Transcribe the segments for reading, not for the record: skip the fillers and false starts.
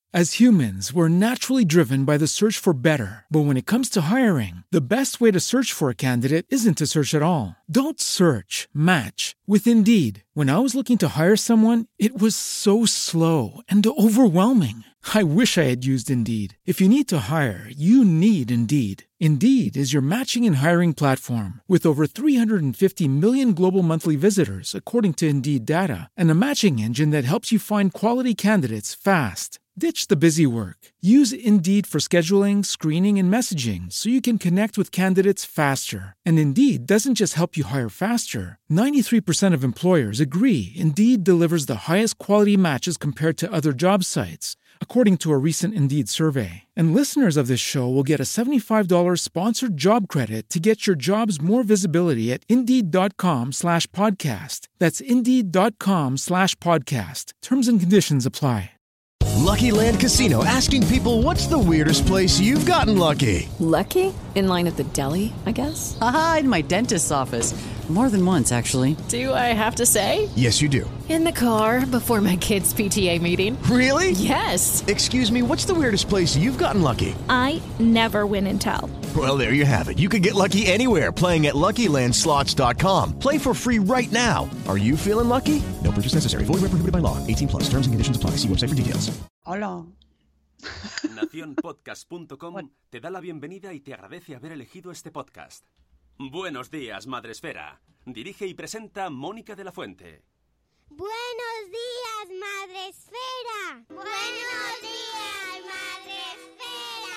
As humans, we're naturally driven by the search for better. But when it comes to hiring, the best way to search for a candidate isn't to search at all. Don't search, match with Indeed. When I was looking to hire someone, it was so slow and overwhelming. I wish I had used Indeed. If you need to hire, you need Indeed. Indeed is your matching and hiring platform with over 350 million global monthly visitors, according to Indeed data, and a matching engine that helps you find quality candidates fast. Ditch the busy work. Use Indeed for scheduling, screening, and messaging so you can connect with candidates faster. And Indeed doesn't just help you hire faster. 93% of employers agree Indeed delivers the highest quality matches compared to other job sites, according to a recent Indeed survey. And listeners of this show will get a $75 sponsored job credit to get your jobs more visibility at Indeed.com/podcast. That's Indeed.com/podcast. Terms and conditions apply. Lucky Land Casino, asking people, what's the weirdest place you've gotten lucky? Lucky? In line at the deli, I guess? Aha, in my dentist's office. More than once, actually. Do I have to say? Yes, you do. In the car before my kids' PTA meeting. Really? Yes. Excuse me, what's the weirdest place you've gotten lucky? I never win and tell. Well, there you have it. You can get lucky anywhere, playing at LuckyLandSlots.com. Play for free right now. Are you feeling lucky? No purchase necessary. Void where prohibited by law. 18+. Terms and conditions apply. See website for details. Hola. Nacionpodcast.com te da la bienvenida y te agradece haber elegido este podcast. Buenos días, Madresfera. Dirige y presenta Mónica de la Fuente. Buenos días, Madresfera. Buenos días, Madresfera.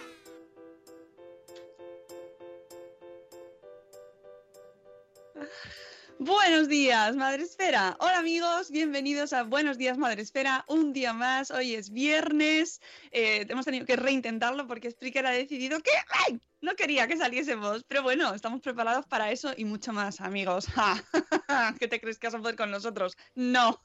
Buenos días, Madresfera. Hola amigos, bienvenidos a Buenos días, Madresfera. Un día más, hoy es viernes. Hemos tenido que reintentarlo porque Spreaker ha decidido que no quería que saliésemos. Pero bueno, estamos preparados para eso y mucho más, amigos. ¿Qué te crees que vas a poder con nosotros? No.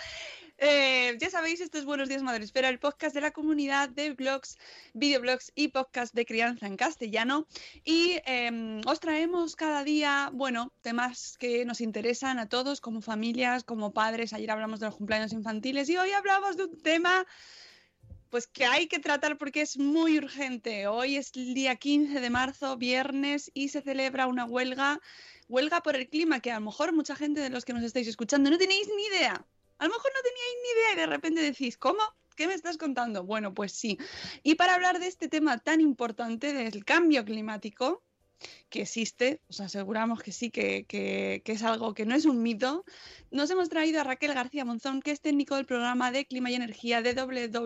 Ya sabéis, esto es Buenos días, Madresfera, el podcast de la comunidad de blogs, videoblogs y podcast de crianza en castellano. Y os traemos cada día, bueno, temas que nos interesan a todos como familias, como padres. Ayer hablamos de los cumpleaños infantiles y hoy hablamos de un tema pues que hay que tratar porque es muy urgente. Hoy es el día 15 de marzo, viernes, y se celebra una huelga por el clima que a lo mejor mucha gente de los que nos estáis escuchando no tenéis ni idea. A lo mejor no teníais ni idea y de repente decís, ¿cómo? ¿Qué me estás contando? Bueno, pues sí. Y para hablar de este tema tan importante del cambio climático, que existe, os aseguramos que sí, que es algo que no es un mito, nos hemos traído a Raquel García Monzón, que es técnico del programa de Clima y Energía de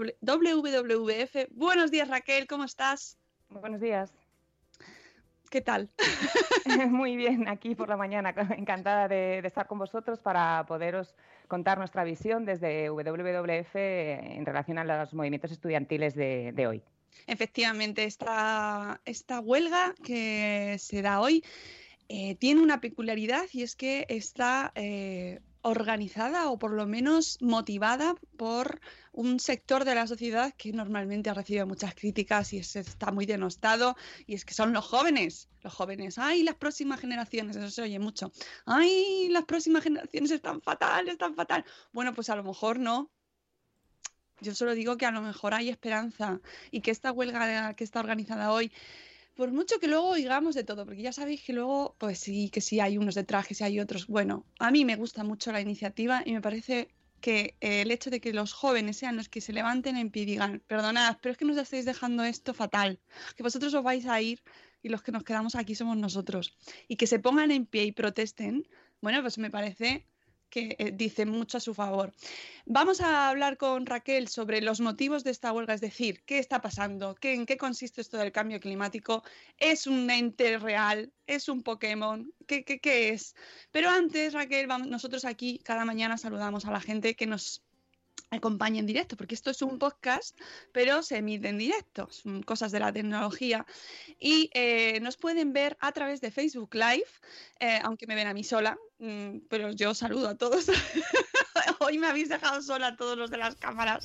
WWF. Buenos días, Raquel, ¿cómo estás? Buenos días. ¿Qué tal? Muy bien, aquí por la mañana, encantada de estar con vosotros para poderos contar nuestra visión desde WWF en relación a los movimientos estudiantiles de hoy. Efectivamente, esta huelga que se da hoy tiene una peculiaridad y es que está organizada o por lo menos motivada por un sector de la sociedad que normalmente ha recibido muchas críticas y está muy denostado, y es que son los jóvenes. Los jóvenes, ¡ay, las próximas generaciones! Eso se oye mucho. ¡Ay, las próximas generaciones están fatal, están fatal! Bueno, pues a lo mejor no. Yo solo digo que a lo mejor hay esperanza y que esta huelga que está organizada hoy, por mucho que luego oigamos de todo, porque ya sabéis que luego, pues sí, que sí hay unos detrás, que sí hay otros. Bueno, a mí me gusta mucho la iniciativa y me parece que el hecho de que los jóvenes sean los que se levanten en pie y digan, perdonad, pero es que nos estáis dejando esto fatal, que vosotros os vais a ir y los que nos quedamos aquí somos nosotros, y que se pongan en pie y protesten, bueno, pues me parece que dice mucho a su favor. Vamos a hablar con Raquel sobre los motivos de esta huelga, es decir, qué está pasando, en qué consiste esto del cambio climático, es un ente real, es un Pokémon, ¿qué es? Pero antes, Raquel, nosotros aquí cada mañana saludamos a la gente que nos acompaña en directo, porque esto es un podcast, pero se emite en directo, son cosas de la tecnología, y nos pueden ver a través de Facebook Live, aunque me ven a mí sola, pero yo saludo a todos. Hoy me habéis dejado sola a todos los de las cámaras.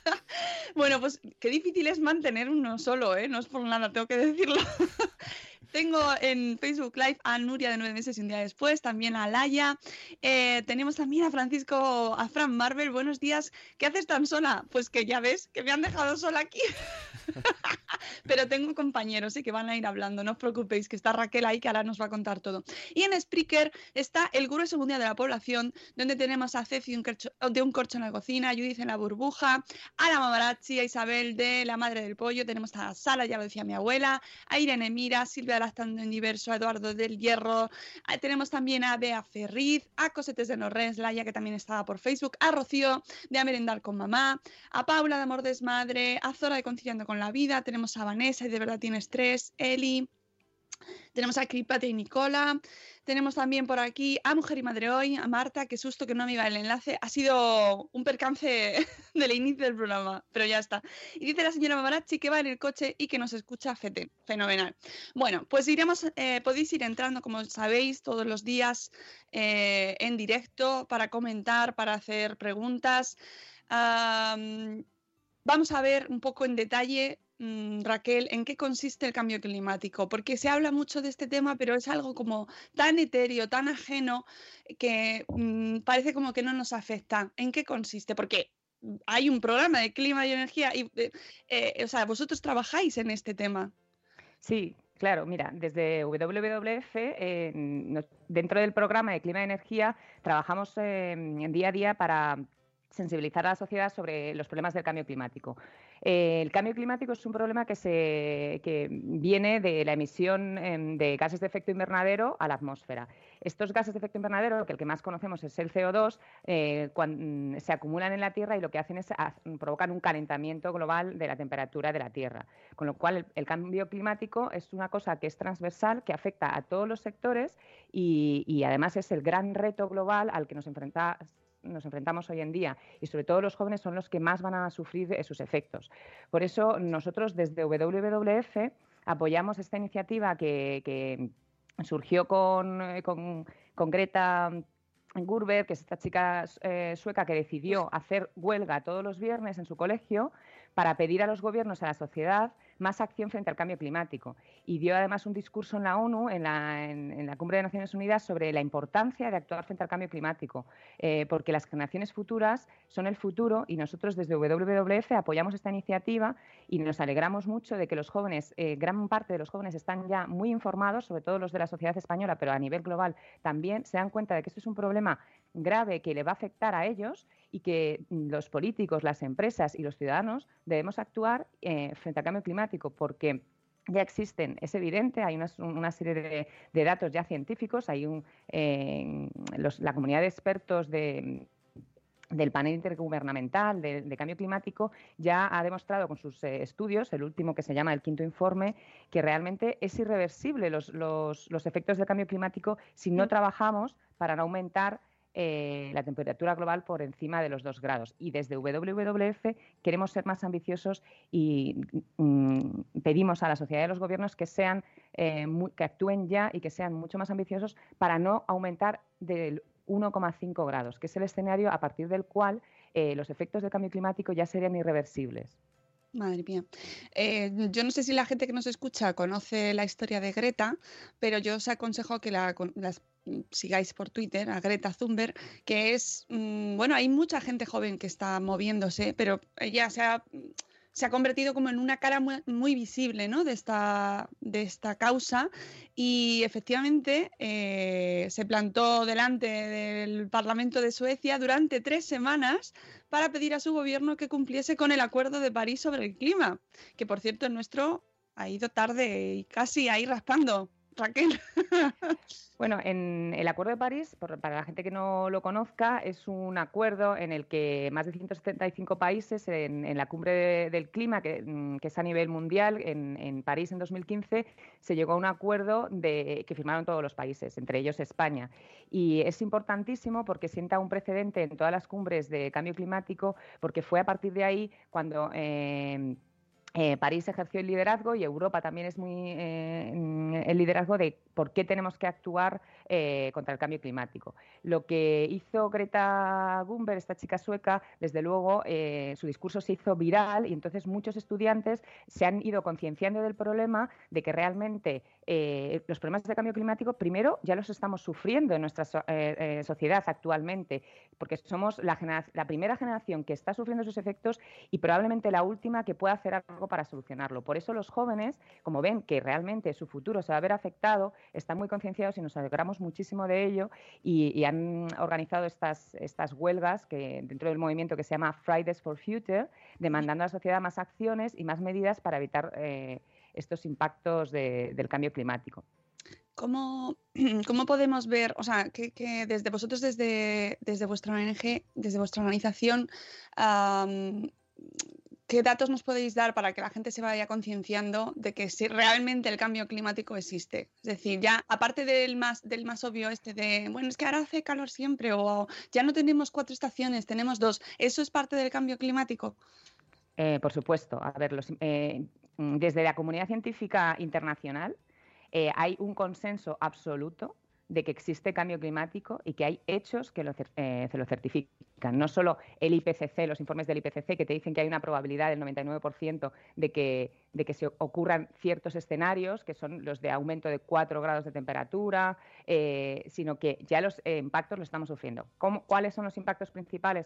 Bueno, pues qué difícil es mantener uno solo, no es por nada, tengo que decirlo. Tengo en Facebook Live a Nuria de 9 meses y un día después, también a Laia. Tenemos también a Francisco, a Fran Marvel. Buenos días. ¿Qué haces tan sola? Pues que ya ves, que me han dejado sola aquí. Pero tengo compañeros que van a ir hablando, no os preocupéis, que está Raquel ahí que ahora nos va a contar todo. Y en Spreaker está el grueso mundial de la población, donde tenemos a Ceci de Un Corcho en la Cocina, a Judith en la Burbuja, a la Mamarazzi, a Isabel de La Madre del Pollo, tenemos a Sala, ya lo decía mi abuela, a Irene Mira, Silvia de Lactando en Diverso, a Eduardo del Hierro, tenemos también a Bea Ferriz, a Cosetes de Norres, Laia, que también estaba por Facebook, a Rocío de A Merendar con Mamá, a Paula de Amor Desmadre, a Zora de Conciliando con la Vida, tenemos a Vanessa y De Verdad Tienes Tres, Eli, tenemos a Cripate y Nicola, tenemos también por aquí a Mujer y Madre Hoy, a Marta, qué susto que no me iba el enlace, ha sido un percance del inicio del programa, pero ya está. Y dice la señora Mamarazzi que va en el coche y que nos escucha fete, fenomenal. Bueno, pues podéis ir entrando, como sabéis, todos los días en directo para comentar, para hacer preguntas. Vamos a ver un poco en detalle, Raquel, en qué consiste el cambio climático, porque se habla mucho de este tema, pero es algo como tan etéreo, tan ajeno, que parece como que no nos afecta. ¿En qué consiste? Porque hay un programa de clima y energía y, o sea, vosotros trabajáis en este tema. Sí, claro, mira, desde WWF, dentro del programa de clima y energía, trabajamos en día a día para sensibilizar a la sociedad sobre los problemas del cambio climático. El cambio climático es un problema que viene de la emisión de gases de efecto invernadero a la atmósfera. Estos gases de efecto invernadero, que el que más conocemos es el CO2, cuando se acumulan en la Tierra y lo que hacen es provocar un calentamiento global de la temperatura de la Tierra. Con lo cual, el cambio climático es una cosa que es transversal, que afecta a todos los sectores y además es el gran reto global al que nos enfrentamos hoy en día, y sobre todo los jóvenes son los que más van a sufrir sus efectos. Por eso nosotros desde WWF apoyamos esta iniciativa que surgió con Greta Thunberg, que es esta chica sueca que decidió hacer huelga todos los viernes en su colegio para pedir a los gobiernos y a la sociedad más acción frente al cambio climático. Y dio además un discurso en la ONU, en la Cumbre de Naciones Unidas, sobre la importancia de actuar frente al cambio climático, porque las generaciones futuras son el futuro y nosotros desde WWF apoyamos esta iniciativa y nos alegramos mucho de que los jóvenes, gran parte de los jóvenes están ya muy informados, sobre todo los de la sociedad española, pero a nivel global también se dan cuenta de que esto es un problema grave que le va a afectar a ellos y que los políticos, las empresas y los ciudadanos debemos actuar frente al cambio climático porque ya existen, es evidente, hay una serie de datos ya científicos, hay la comunidad de expertos del panel intergubernamental de cambio climático ya ha demostrado con sus estudios, el último que se llama el quinto informe, que realmente es irreversible los efectos del cambio climático si no trabajamos para no aumentar la temperatura global por encima de los 2 grados. Y desde WWF queremos ser más ambiciosos y pedimos a la sociedad y a los gobiernos que que actúen ya y que sean mucho más ambiciosos para no aumentar del 1,5 grados, que es el escenario a partir del cual los efectos del cambio climático ya serían irreversibles. Madre mía. Yo no sé si la gente que nos escucha conoce la historia de Greta, pero yo os aconsejo que la sigáis por Twitter, a Greta Thunberg, que es, bueno, hay mucha gente joven que está moviéndose, pero ella se ha convertido como en una cara muy, muy visible, ¿no?, de esta causa y efectivamente se plantó delante del Parlamento de Suecia durante 3 semanas para pedir a su gobierno que cumpliese con el Acuerdo de París sobre el clima, que por cierto el nuestro ha ido tarde y casi ahí raspando. Raquel. Bueno, en el Acuerdo de París, para la gente que no lo conozca, es un acuerdo en el que más de 175 países en la Cumbre del Clima, que es a nivel mundial, en París en 2015, se llegó a un acuerdo que firmaron todos los países, entre ellos España. Y es importantísimo porque sienta un precedente en todas las cumbres de cambio climático, porque fue a partir de ahí cuando París ejerció el liderazgo y Europa también es muy el liderazgo de por qué tenemos que actuar contra el cambio climático. Lo que hizo Greta Thunberg, esta chica sueca, desde luego su discurso se hizo viral y entonces muchos estudiantes se han ido concienciando del problema de que realmente los problemas de cambio climático primero ya los estamos sufriendo en nuestra sociedad actualmente, porque somos la primera generación que está sufriendo sus efectos y probablemente la última que pueda hacer algo para solucionarlo. Por eso los jóvenes, como ven que realmente su futuro se va a ver afectado, están muy concienciados y nos alegramos muchísimo de ello y han organizado estas huelgas que dentro del movimiento que se llama Fridays for Future, demandando a la sociedad más acciones y más medidas para evitar estos impactos del cambio climático. ¿Cómo podemos ver, o sea, que desde vosotros, desde vuestra ONG, desde vuestra organización, qué datos nos podéis dar para que la gente se vaya concienciando de que si realmente el cambio climático existe? Es decir, ya aparte del más obvio de, bueno, es que ahora hace calor siempre o ya no tenemos 4 estaciones, tenemos 2. ¿Eso es parte del cambio climático? Por supuesto. A ver, desde la comunidad científica internacional hay un consenso absoluto de que existe cambio climático y que hay hechos que se lo certifican. No solo el IPCC, los informes del IPCC, que te dicen que hay una probabilidad del 99% de que se ocurran ciertos escenarios, que son los de aumento de 4 grados de temperatura, sino que ya los impactos los estamos sufriendo. ¿Cuáles son los impactos principales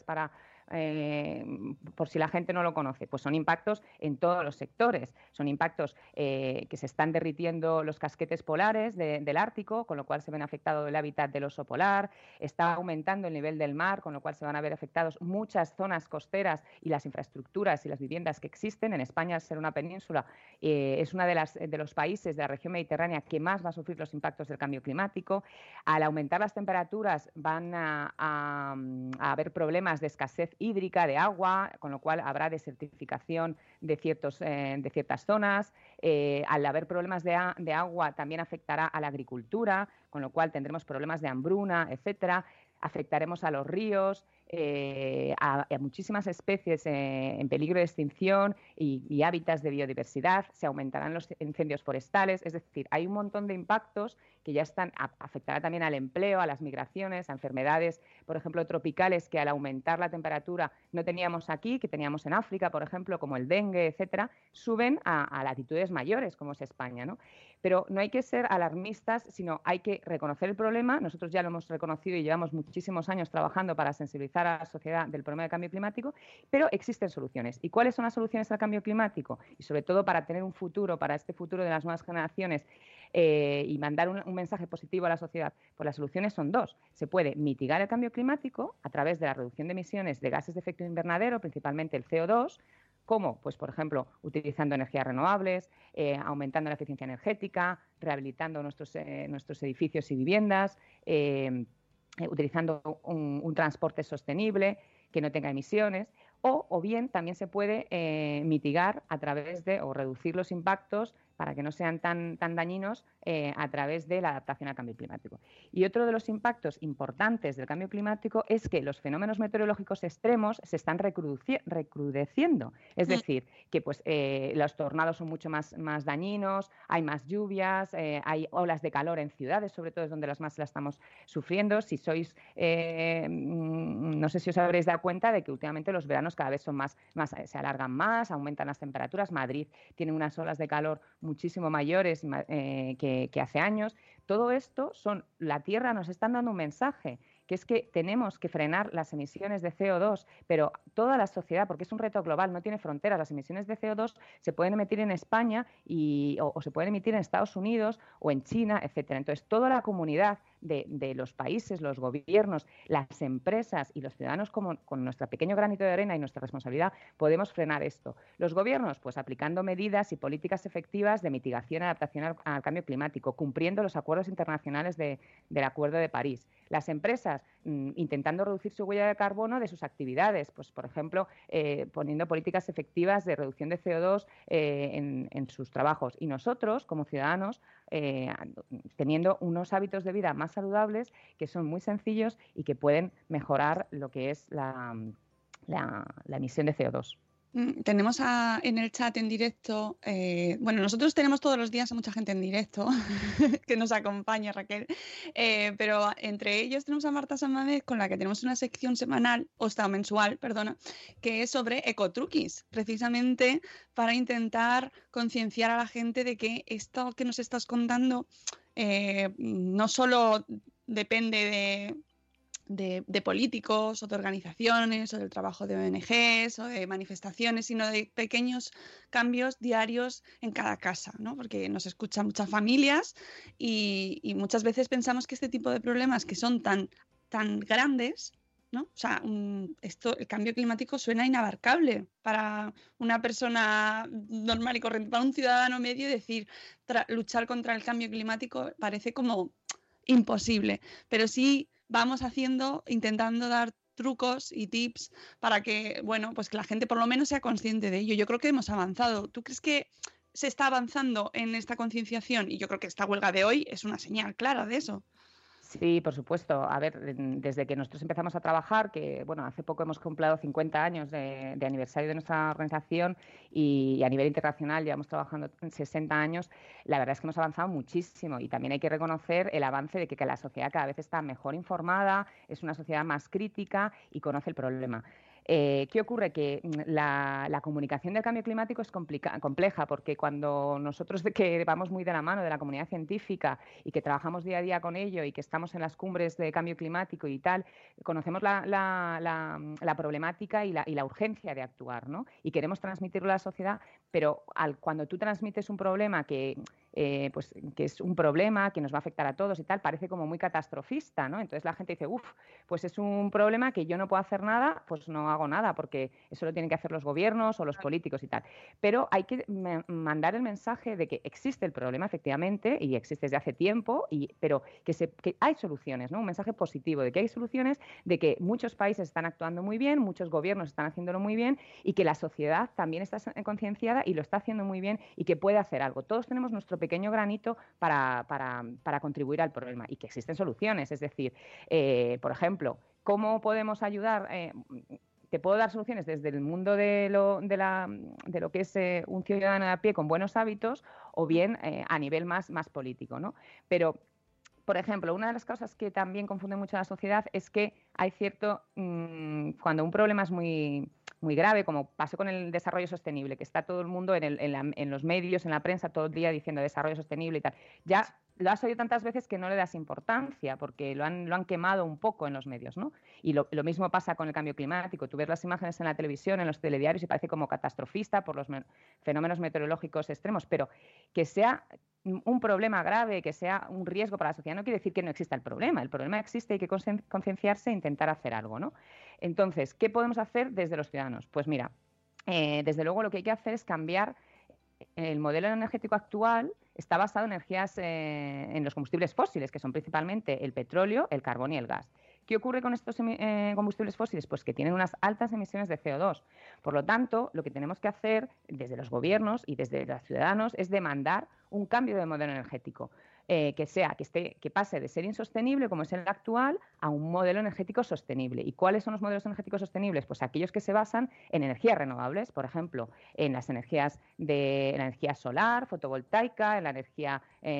por si la gente no lo conoce? Pues son impactos en todos los sectores. Son impactos que se están derritiendo los casquetes polares del Ártico, con lo cual se ven afectado el hábitat del oso polar, está aumentando el nivel del mar, con lo cual se van a ver afectados muchas zonas costeras y las infraestructuras y las viviendas que existen. En España, al ser una península, es uno de los países de la región mediterránea que más va a sufrir los impactos del cambio climático. Al aumentar las temperaturas van a haber problemas de escasez hídrica de agua, con lo cual habrá desertificación de ciertas zonas. Al haber problemas de agua también afectará a la agricultura, con lo cual tendremos problemas de hambruna, etcétera. Afectaremos a los ríos, a muchísimas especies en peligro de extinción y hábitats de biodiversidad. Se aumentarán los incendios forestales. Es decir, hay un montón de impactos que ya afectará también al empleo, a las migraciones, a enfermedades, por ejemplo, tropicales, que al aumentar la temperatura no teníamos aquí, que teníamos en África, por ejemplo, como el dengue, etcétera, suben a latitudes mayores, como es España, ¿no? Pero no hay que ser alarmistas, sino hay que reconocer el problema. Nosotros ya lo hemos reconocido y llevamos muchísimos años trabajando para sensibilizar a la sociedad del problema del cambio climático, pero existen soluciones. ¿Y cuáles son las soluciones al cambio climático? Y sobre todo para tener un futuro, para este futuro de las nuevas generaciones y mandar un mensaje positivo a la sociedad, pues las soluciones son 2. Se puede mitigar el cambio climático a través de la reducción de emisiones de gases de efecto invernadero, principalmente el CO2, ¿cómo? Pues, por ejemplo, utilizando energías renovables, aumentando la eficiencia energética, rehabilitando nuestros edificios y viviendas, utilizando un transporte sostenible que no tenga emisiones, o bien también se puede mitigar a través o reducir los impactos para que no sean tan dañinos a través de la adaptación al cambio climático. Y otro de los impactos importantes del cambio climático es que los fenómenos meteorológicos extremos se están recrudeciendo. Es decir, que los tornados son mucho más dañinos, hay más lluvias, hay olas de calor en ciudades, sobre todo es donde las estamos sufriendo. Si sois, no sé si os habréis dado cuenta de que últimamente los veranos cada vez son se alargan más, aumentan las temperaturas. Madrid tiene unas olas de calor muchísimo mayores que hace años. Todo esto la Tierra nos está dando un mensaje, que es que tenemos que frenar las emisiones de CO2, pero toda la sociedad, porque es un reto global, no tiene fronteras. Las emisiones de CO2 se pueden emitir en España o se pueden emitir en Estados Unidos o en China, etcétera. Entonces, toda la comunidad de los países, los gobiernos, las empresas y los ciudadanos, con nuestro pequeño granito de arena y nuestra responsabilidad, podemos frenar esto. Los gobiernos, pues aplicando medidas y políticas efectivas de mitigación y adaptación al cambio climático, cumpliendo los acuerdos internacionales del Acuerdo de París. Las empresas intentando reducir su huella de carbono de sus actividades, pues por ejemplo, poniendo políticas efectivas de reducción de CO2 en sus trabajos. Y nosotros, como ciudadanos, teniendo unos hábitos de vida más saludables que son muy sencillos y que pueden mejorar lo que es la emisión de CO2. Tenemos en el chat en directo, bueno, nosotros tenemos todos los días a mucha gente en directo que nos acompaña, Raquel, pero entre ellos tenemos a Marta Samamez, con la que tenemos una sección semanal, o hasta mensual, perdona, que es sobre ecotruquis, precisamente para intentar concienciar a la gente de que esto que nos estás contando no solo depende de políticos o de organizaciones o del trabajo de ONGs o de manifestaciones, sino de pequeños cambios diarios en cada casa, ¿no? Porque nos escuchan muchas familias y muchas veces pensamos que este tipo de problemas que son tan grandes, ¿no? O sea, el cambio climático suena inabarcable para una persona normal y corriente, para un ciudadano medio, decir luchar contra el cambio climático parece como imposible, pero sí vamos intentando dar trucos y tips para que, bueno, pues que la gente por lo menos sea consciente de ello. Yo creo que hemos avanzado. ¿Tú crees que se está avanzando en esta concienciación? Y yo creo que esta huelga de hoy es una señal clara de eso. Sí, por supuesto. A ver, desde que nosotros empezamos a trabajar, que bueno, hace poco hemos cumplido 50 años de aniversario de nuestra organización y a nivel internacional llevamos trabajando 60 años, la verdad es que hemos avanzado muchísimo y también hay que reconocer el avance de que la sociedad cada vez está mejor informada, es una sociedad más crítica y conoce el problema. ¿Qué ocurre? Que la comunicación del cambio climático es compleja porque cuando nosotros que vamos muy de la mano de la comunidad científica y que trabajamos día a día con ello y que estamos en las cumbres de cambio climático y tal, conocemos la problemática y la urgencia de actuar, ¿no? Y queremos transmitirlo a la sociedad, pero cuando tú transmites un problema que es un problema que nos va a afectar a todos y tal, parece como muy catastrofista, ¿no? Entonces la gente dice, pues es un problema que yo no puedo hacer nada, pues no hago nada, porque eso lo tienen que hacer los gobiernos o los políticos y tal. Pero hay que mandar el mensaje de que existe el problema, efectivamente, y existe desde hace tiempo, pero que hay soluciones, ¿no? Un mensaje positivo de que hay soluciones, de que muchos países están actuando muy bien, muchos gobiernos están haciéndolo muy bien y que la sociedad también está concienciada y lo está haciendo muy bien y que puede hacer algo. Todos tenemos nuestro pequeño granito para contribuir al problema y que existen soluciones. Es decir, por ejemplo, ¿cómo podemos ayudar? Te puedo dar soluciones desde el mundo de lo que es un ciudadano a pie con buenos hábitos o bien a nivel más político, ¿no? Pero, por ejemplo, una de las cosas que también confunde mucho a la sociedad es que hay cuando un problema es muy grave, como pasó con el desarrollo sostenible, que está todo el mundo en los medios, en la prensa, todo el día diciendo desarrollo sostenible y tal. Ya lo has oído tantas veces que no le das importancia porque lo han quemado un poco en los medios, ¿no? Y lo mismo pasa con el cambio climático. Tú ves las imágenes en la televisión, en los telediarios y parece como catastrofista por los fenómenos meteorológicos extremos, pero que sea un problema grave, que sea un riesgo para la sociedad, no quiere decir que no exista el problema. El problema existe, hay que concienciarse e intentar hacer algo, ¿no? Entonces, ¿qué podemos hacer desde los ciudadanos? Pues mira, desde luego lo que hay que hacer es cambiar el modelo energético actual. Está basado en energías, en los combustibles fósiles, que son principalmente el petróleo, el carbón y el gas. ¿Qué ocurre con estos combustibles fósiles? Pues que tienen unas altas emisiones de CO2. Por lo tanto, lo que tenemos que hacer desde los gobiernos y desde los ciudadanos es demandar un cambio de modelo energético. Que pase de ser insostenible, como es el actual, a un modelo energético sostenible. ¿Y cuáles son los modelos energéticos sostenibles? Pues aquellos que se basan en energías renovables, por ejemplo, en la energía solar, fotovoltaica, en la energía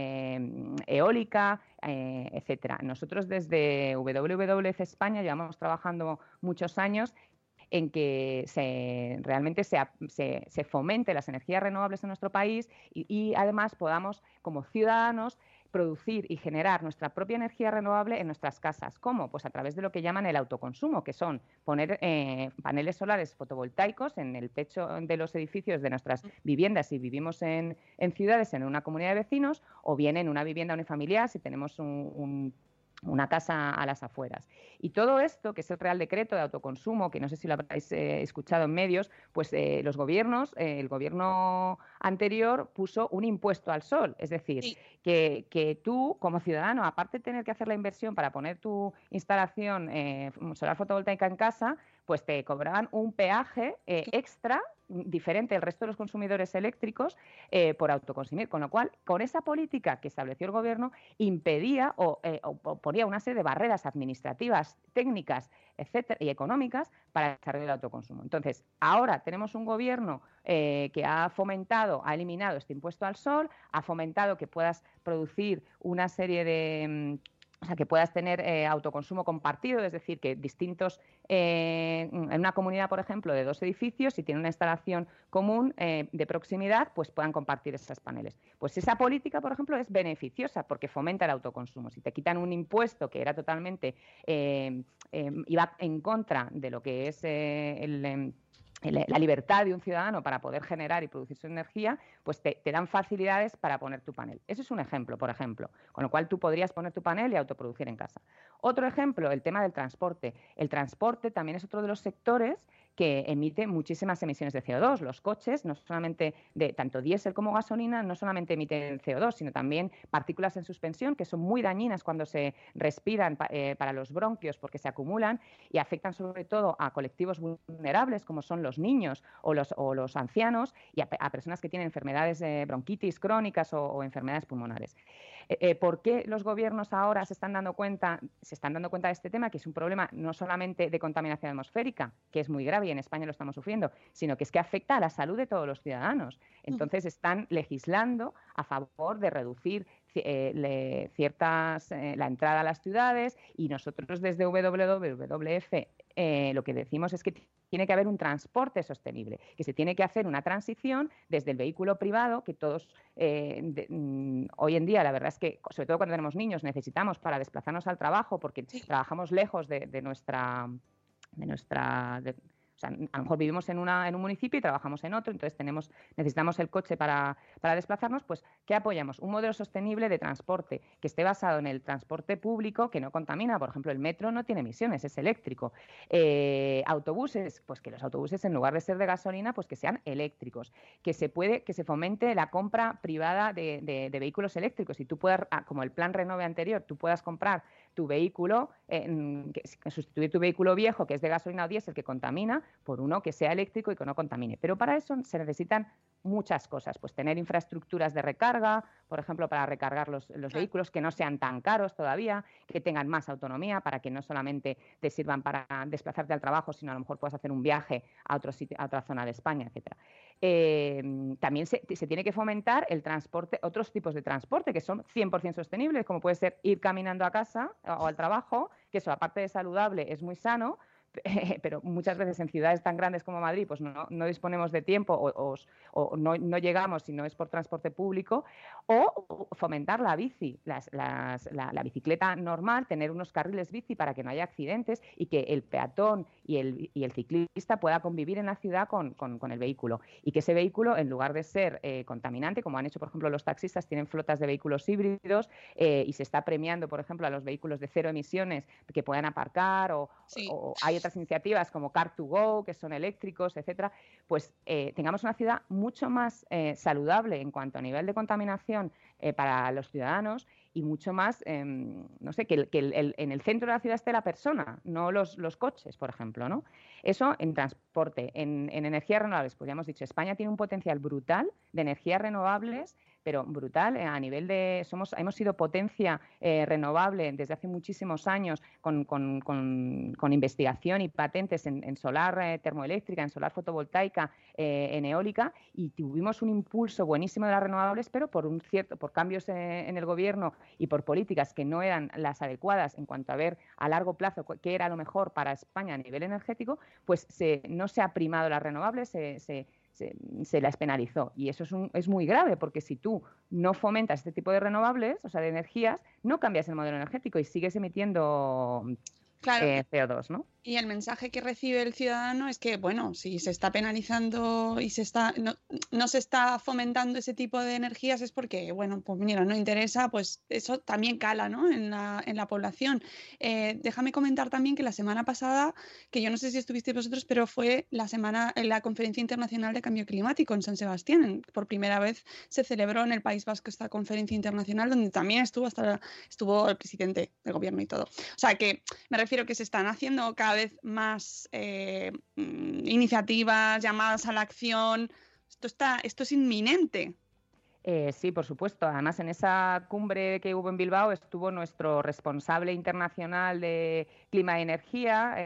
eólica, etcétera. Nosotros desde WWF España llevamos trabajando muchos años en que realmente se fomente las energías renovables en nuestro país y además podamos, como ciudadanos, producir y generar nuestra propia energía renovable en nuestras casas. ¿Cómo? Pues a través de lo que llaman el autoconsumo, que son poner paneles solares fotovoltaicos en el techo de los edificios de nuestras viviendas si vivimos en ciudades, en una comunidad de vecinos, o bien en una vivienda unifamiliar si tenemos una casa a las afueras. Y todo esto, que es el Real Decreto de Autoconsumo, que no sé si lo habréis escuchado en medios, pues el gobierno anterior puso un impuesto al sol. Es decir, sí, que tú, como ciudadano, aparte de tener que hacer la inversión para poner tu instalación solar fotovoltaica en casa, pues te cobraban un peaje extra diferente del resto de los consumidores eléctricos por autoconsumir, con lo cual, con esa política que estableció el gobierno, impedía o ponía una serie de barreras administrativas, técnicas, etcétera, y económicas para el desarrollo del autoconsumo. Entonces, ahora tenemos un gobierno que ha eliminado este impuesto al sol, ha fomentado que puedas producir una serie de... O sea, que puedas tener autoconsumo compartido, es decir, que distintos, en una comunidad, por ejemplo, de 2 edificios, si tienen una instalación común de proximidad, pues puedan compartir esos paneles. Pues esa política, por ejemplo, es beneficiosa porque fomenta el autoconsumo. Si te quitan un impuesto que era totalmente, iba en contra de lo que es la libertad de un ciudadano para poder generar y producir su energía, pues te dan facilidades para poner tu panel. Eso es un ejemplo, por ejemplo, con lo cual tú podrías poner tu panel y autoproducir en casa. Otro ejemplo, el tema del transporte. El transporte también es otro de los sectores que emite muchísimas emisiones de CO2. Los coches, no solamente de tanto diésel como gasolina, no solamente emiten CO2, sino también partículas en suspensión, que son muy dañinas cuando se respiran para los bronquios porque se acumulan y afectan sobre todo a colectivos vulnerables como son los niños o los ancianos y a personas que tienen enfermedades de bronquitis crónicas o enfermedades pulmonares. ¿Por qué los gobiernos ahora se están dando cuenta de este tema, que es un problema no solamente de contaminación atmosférica, que es muy grave y en España lo estamos sufriendo, sino que es que afecta a la salud de todos los ciudadanos? Entonces están legislando a favor de reducir la entrada a las ciudades, y nosotros desde WWF lo que decimos es que tiene que haber un transporte sostenible, que se tiene que hacer una transición desde el vehículo privado, que todos hoy en día, la verdad es que, sobre todo cuando tenemos niños, necesitamos para desplazarnos al trabajo, porque trabajamos lejos de nuestra... O sea, a lo mejor vivimos en un municipio y trabajamos en otro, entonces necesitamos el coche para desplazarnos. Pues, ¿qué apoyamos? Un modelo sostenible de transporte que esté basado en el transporte público, que no contamina. Por ejemplo, el metro no tiene emisiones, es eléctrico. Autobuses, pues que los autobuses, en lugar de ser de gasolina, pues que sean eléctricos. Que se fomente la compra privada de vehículos eléctricos. Y tú puedas, como el plan Renove anterior, tú puedas comprar tu vehículo, sustituir tu vehículo viejo, que es de gasolina o diésel, que contamina, por uno que sea eléctrico y que no contamine. Pero para eso se necesitan muchas cosas, pues tener infraestructuras de recarga, por ejemplo, para recargar los vehículos, que no sean tan caros todavía, que tengan más autonomía, para que no solamente te sirvan para desplazarte al trabajo, sino a lo mejor puedas hacer un viaje a otro sitio, a otra zona de España, etcétera. También se tiene que fomentar el transporte, otros tipos de transporte que son 100% sostenibles, como puede ser ir caminando a casa o al trabajo, que eso, aparte de saludable, es muy sano, pero muchas veces en ciudades tan grandes como Madrid pues no disponemos de tiempo o no llegamos si no es por transporte público, o fomentar la bici, la bicicleta normal, tener unos carriles bici para que no haya accidentes y que el peatón y el ciclista pueda convivir en la ciudad con el vehículo, y que ese vehículo, en lugar de ser contaminante, como han hecho por ejemplo los taxistas, tienen flotas de vehículos híbridos y se está premiando por ejemplo a los vehículos de 0 emisiones que puedan aparcar, o hay otras iniciativas como Car2Go, que son eléctricos, etcétera. Pues tengamos una ciudad mucho más saludable en cuanto a nivel de contaminación para los ciudadanos, y mucho más, no sé, que en el centro de la ciudad esté la persona, no los coches, por ejemplo, ¿no? Eso en transporte. En energías renovables, pues ya hemos dicho, España tiene un potencial brutal de energías renovables, pero brutal a nivel de... Hemos sido potencia renovable desde hace muchísimos años con investigación y patentes en solar termoeléctrica, en solar fotovoltaica, en eólica, y tuvimos un impulso buenísimo de las renovables, pero por cambios en el gobierno y por políticas que no eran las adecuadas en cuanto a ver a largo plazo qué era lo mejor para España a nivel energético, pues no se ha primado las renovables, se las penalizó, y eso es muy grave, porque si tú no fomentas este tipo de renovables, o sea, de energías, no cambias el modelo energético y sigues emitiendo CO2, ¿no? Y el mensaje que recibe el ciudadano es que, bueno, si se está penalizando y no se está fomentando ese tipo de energías, es porque, bueno, pues mira, no interesa, pues eso también cala, ¿no?, en la población. Déjame comentar también que la semana pasada, que yo no sé si estuvisteis vosotros, pero fue la Conferencia Internacional de Cambio Climático en San Sebastián. Por primera vez se celebró en el País Vasco esta conferencia internacional, donde también estuvo el presidente del gobierno y todo. O sea, que me refiero refiero que se están haciendo cada vez más iniciativas, llamadas a la acción. Esto es inminente. Sí, por supuesto. Además, en esa cumbre que hubo en Bilbao estuvo nuestro responsable internacional de clima y energía,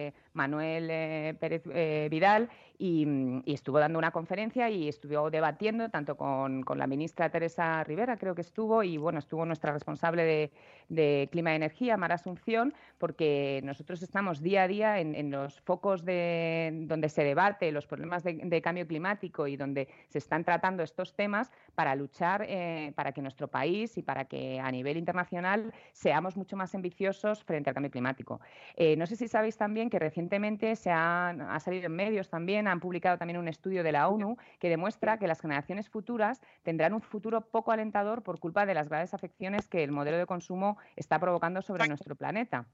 Manuel Pérez Vidal, y estuvo dando una conferencia y estuvo debatiendo tanto con la ministra Teresa Rivera, creo que estuvo, y bueno, estuvo nuestra responsable de clima y energía, Mar Asunción, porque nosotros estamos día a día en los focos donde se debate los problemas de cambio climático y donde se están tratando estos temas para luchar para que nuestro país y para que a nivel internacional seamos mucho más ambiciosos frente al cambio climático. No sé si sabéis también que recientemente ha salido en medios también, han publicado también un estudio de la ONU que demuestra que las generaciones futuras tendrán un futuro poco alentador por culpa de las graves afecciones que el modelo de consumo está provocando sobre nuestro planeta.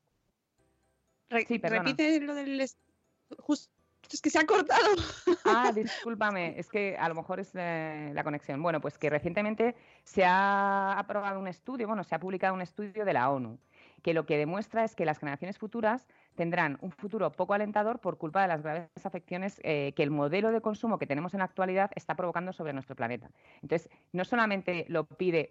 Sí, perdona. Repite lo del... Justo, es que se ha cortado. Discúlpame, es que a lo mejor es la conexión. Bueno, pues que recientemente se ha aprobado un estudio, se ha publicado un estudio de la ONU, que lo que demuestra es que las generaciones futuras tendrán un futuro poco alentador por culpa de las graves afecciones que el modelo de consumo que tenemos en la actualidad está provocando sobre nuestro planeta. Entonces, no solamente lo pide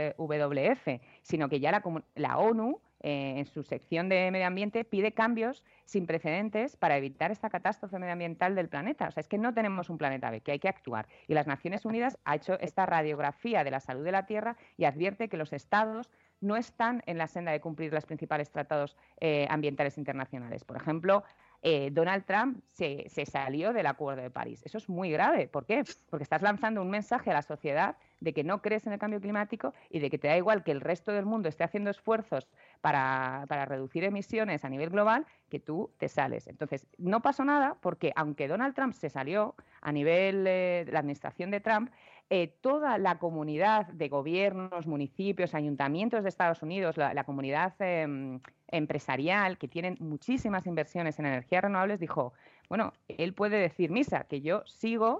WWF, sino que ya la ONU, en su sección de medio ambiente, pide cambios sin precedentes para evitar esta catástrofe medioambiental del planeta. O sea, es que no tenemos un planeta B, que hay que actuar. Y las Naciones Unidas ha hecho esta radiografía de la salud de la Tierra y advierte que los estados no están en la senda de cumplir los principales tratados ambientales internacionales. Por ejemplo, Donald Trump se salió del Acuerdo de París. Eso es muy grave. ¿Por qué? Porque estás lanzando un mensaje a la sociedad de que no crees en el cambio climático y de que te da igual que el resto del mundo esté haciendo esfuerzos para reducir emisiones a nivel global, que tú te sales. Entonces, no pasó nada porque, aunque Donald Trump se salió a nivel de la administración de Trump, toda la comunidad de gobiernos, municipios, ayuntamientos de Estados Unidos, la comunidad empresarial, que tienen muchísimas inversiones en energías renovables, dijo, bueno, él puede decir misa, que yo sigo,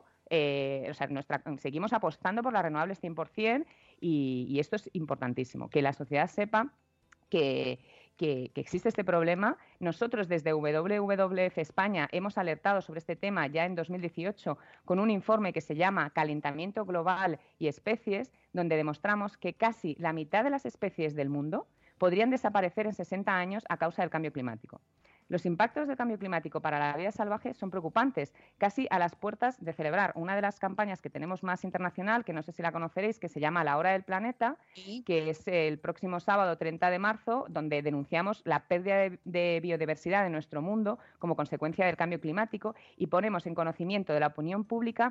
seguimos apostando por las renovables 100% y esto es importantísimo, que la sociedad sepa que existe este problema. Nosotros desde WWF España hemos alertado sobre este tema ya en 2018 con un informe que se llama Calentamiento Global y Especies, donde demostramos que casi la mitad de las especies del mundo podrían desaparecer en 60 años a causa del cambio climático. Los impactos del cambio climático para la vida salvaje son preocupantes, casi a las puertas de celebrar una de las campañas que tenemos más internacional, que no sé si la conoceréis, que se llama La Hora del Planeta, que es el próximo sábado 30 de marzo, donde denunciamos la pérdida de biodiversidad de nuestro mundo como consecuencia del cambio climático y ponemos en conocimiento de la opinión pública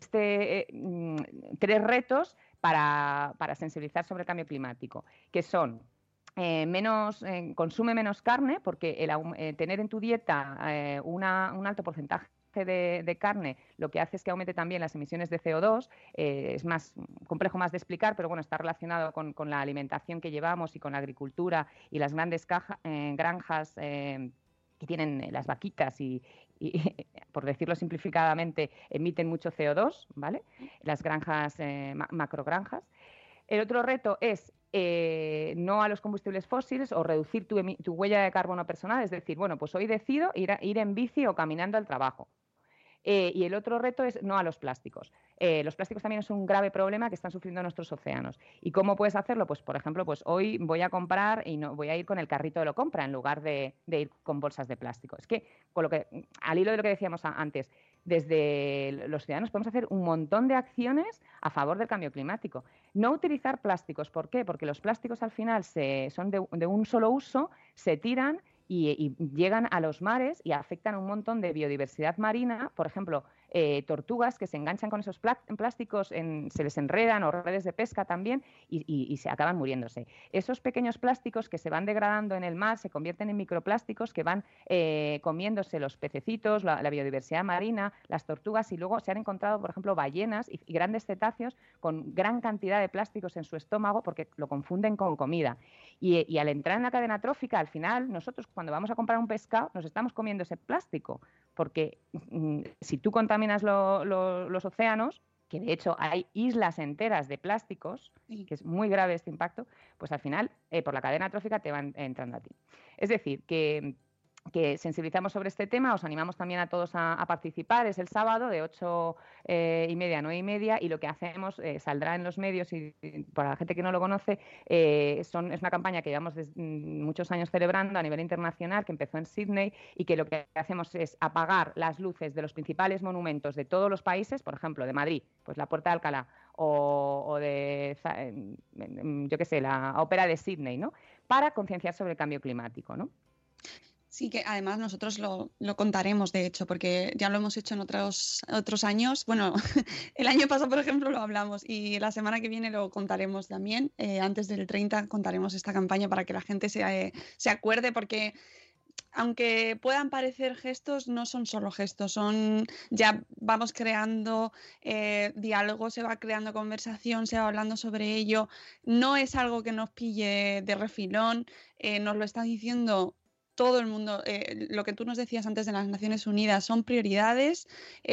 3 retos para sensibilizar sobre el cambio climático, que son... consume menos carne, porque tener en tu dieta un alto porcentaje de carne lo que hace es que aumente también las emisiones de CO2. Es más complejo más de explicar, pero bueno, está relacionado con la alimentación que llevamos y con la agricultura y las grandes granjas que tienen las vaquitas y por decirlo simplificadamente, emiten mucho CO2, ¿vale? Las granjas, macrogranjas. El otro reto es no a los combustibles fósiles o reducir tu huella de carbono personal, es decir, bueno, pues hoy decido ir en bici o caminando al trabajo. Y el otro reto es no a los plásticos. Los plásticos también es un grave problema que están sufriendo nuestros océanos. ¿Y cómo puedes hacerlo? Pues, por ejemplo, pues hoy voy a comprar y no voy a ir con el carrito de lo compra en lugar de ir con bolsas de plástico. Es que, al hilo de lo que decíamos antes, desde los ciudadanos podemos hacer un montón de acciones a favor del cambio climático. No utilizar plásticos. ¿Por qué? Porque los plásticos al final son de un solo uso, se tiran y llegan a los mares y afectan un montón de biodiversidad marina. Por ejemplo, tortugas que se enganchan con esos plásticos, se les enredan, o redes de pesca también, y se acaban muriéndose. Esos pequeños plásticos que se van degradando en el mar se convierten en microplásticos que van comiéndose los pececitos, la biodiversidad marina, las tortugas, y luego se han encontrado, por ejemplo, ballenas y grandes cetáceos con gran cantidad de plásticos en su estómago porque lo confunden con comida. Y al entrar en la cadena trófica, al final, nosotros cuando vamos a comprar un pescado nos estamos comiendo ese plástico, porque si tú contaminas los océanos, que de hecho hay islas enteras de plásticos, que es muy grave este impacto, pues al final por la cadena trófica te van entrando a ti. Es decir, que sensibilizamos sobre este tema, os animamos también a todos a participar, es el sábado de 8:30 a 9:30 y lo que hacemos saldrá en los medios y para la gente que no lo conoce, es una campaña que llevamos muchos años celebrando a nivel internacional, que empezó en Sydney y que lo que hacemos es apagar las luces de los principales monumentos de todos los países, por ejemplo, de Madrid, pues la Puerta de Alcalá o de, yo qué sé, la Ópera de Sydney, ¿no? Para concienciar sobre el cambio climático, ¿no? Sí, que además nosotros lo contaremos, de hecho, porque ya lo hemos hecho en otros años. Bueno, el año pasado, por ejemplo, lo hablamos y la semana que viene lo contaremos también. Antes del 30 contaremos esta campaña para que la gente se acuerde, porque aunque puedan parecer gestos, no son solo gestos, ya vamos creando diálogo, se va creando conversación, se va hablando sobre ello. No es algo que nos pille de refilón, nos lo está diciendo todo el mundo. Lo que tú nos decías antes de las Naciones Unidas son prioridades,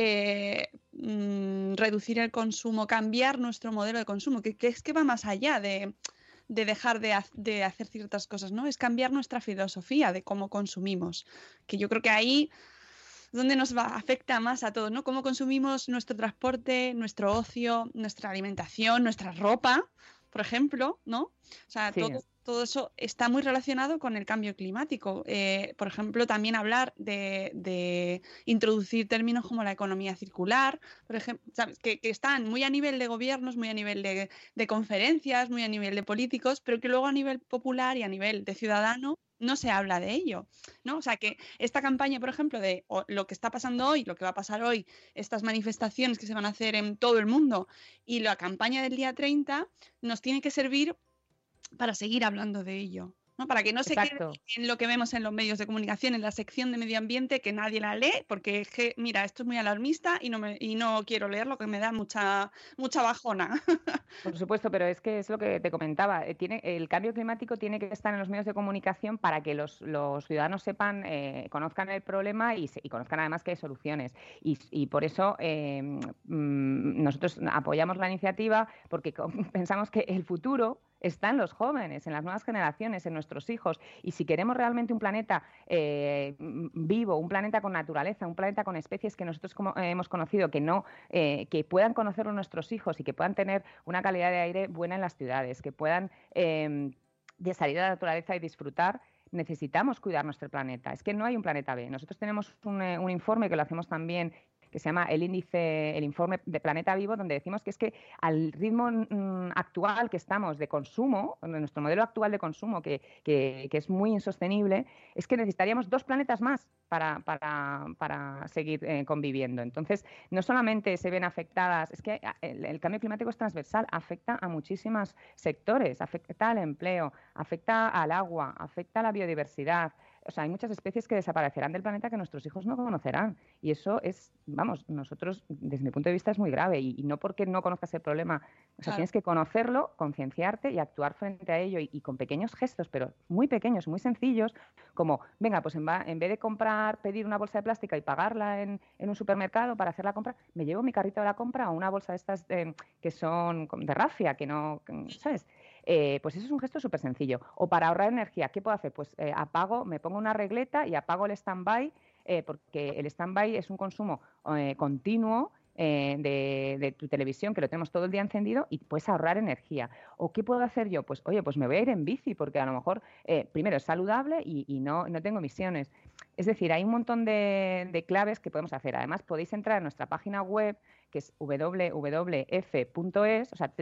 reducir el consumo, cambiar nuestro modelo de consumo, que es que va más allá de dejar de hacer ciertas cosas, ¿no? Es cambiar nuestra filosofía de cómo consumimos, que yo creo que ahí es donde afecta más a todos, ¿no? Cómo consumimos nuestro transporte, nuestro ocio, nuestra alimentación, nuestra ropa, por ejemplo, ¿no? O sea, Sí. todo eso está muy relacionado con el cambio climático. Por ejemplo, también hablar de introducir términos como la economía circular, por ejemplo, ¿sabes? Que están muy a nivel de gobiernos, muy a nivel de conferencias, muy a nivel de políticos, pero que luego a nivel popular y a nivel de ciudadano no se habla de ello, ¿no? O sea, que esta campaña, por ejemplo, de lo que está pasando hoy, lo que va a pasar hoy, estas manifestaciones que se van a hacer en todo el mundo y la campaña del día 30 nos tiene que servir para seguir hablando de ello, ¿no? Para que no se quede en lo que vemos en los medios de comunicación, en la sección de medio ambiente, que nadie la lee, porque es que, mira, esto es muy alarmista y no quiero leerlo, que me da mucha bajona. Por supuesto, pero es que es lo que te comentaba. El cambio climático tiene que estar en los medios de comunicación para que los ciudadanos sepan, conozcan el problema y conozcan además que hay soluciones. Y por eso nosotros apoyamos la iniciativa porque pensamos que el futuro está en los jóvenes, en las nuevas generaciones, en nuestros hijos. Y si queremos realmente un planeta vivo, un planeta con naturaleza, un planeta con especies que nosotros hemos conocido, que puedan conocerlo nuestros hijos y que puedan tener una calidad de aire buena en las ciudades, que puedan de salir a la naturaleza y disfrutar, necesitamos cuidar nuestro planeta. Es que no hay un planeta B. Nosotros tenemos un informe que lo hacemos también, que se llama el informe de Planeta Vivo, donde decimos que es que al ritmo actual que estamos de consumo, nuestro modelo actual de consumo, que es muy insostenible, es que necesitaríamos 2 planetas más para seguir conviviendo. Entonces, no solamente se ven afectadas, es que el cambio climático es transversal, afecta a muchísimos sectores, afecta al empleo, afecta al agua, afecta a la biodiversidad. O sea, hay muchas especies que desaparecerán del planeta que nuestros hijos no conocerán. Y eso es, nosotros, desde mi punto de vista, es muy grave. Y no porque no conozcas el problema. O sea, Tienes que conocerlo, concienciarte y actuar frente a ello. Y con pequeños gestos, pero muy pequeños, muy sencillos, como, venga, pues en vez de pedir una bolsa de plástica y pagarla en un supermercado para hacer la compra, me llevo mi carrito de la compra o una bolsa de estas que son de rafia, que no, ¿sabes? Pues eso es un gesto súper sencillo. O para ahorrar energía, ¿qué puedo hacer? Pues me pongo una regleta y apago el stand-by, porque el stand-by es un consumo continuo de tu televisión, que lo tenemos todo el día encendido y puedes ahorrar energía. ¿O qué puedo hacer yo? Pues oye, pues me voy a ir en bici, porque a lo mejor primero es saludable y no tengo emisiones. Es decir, hay un montón de claves que podemos hacer. Además, podéis entrar en nuestra página web, que es www.f.es, o sea,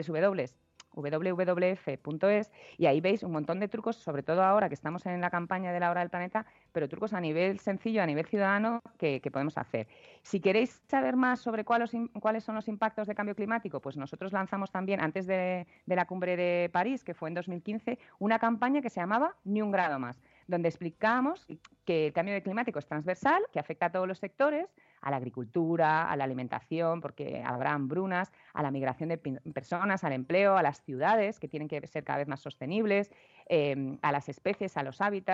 www.f.es, y ahí veis un montón de trucos, sobre todo ahora que estamos en la campaña de la Hora del Planeta, pero trucos a nivel sencillo, a nivel ciudadano, que podemos hacer. Si queréis saber más sobre cuáles son los impactos del cambio climático, pues nosotros lanzamos también, antes de la cumbre de París, que fue en 2015, una campaña que se llamaba Ni un grado más, donde explicábamos que el cambio climático es transversal, que afecta a todos los sectores, a la agricultura, a la alimentación, porque habrá hambrunas, a la migración de personas, al empleo, a las ciudades, que tienen que ser cada vez más sostenibles, a las especies, a los hábitats,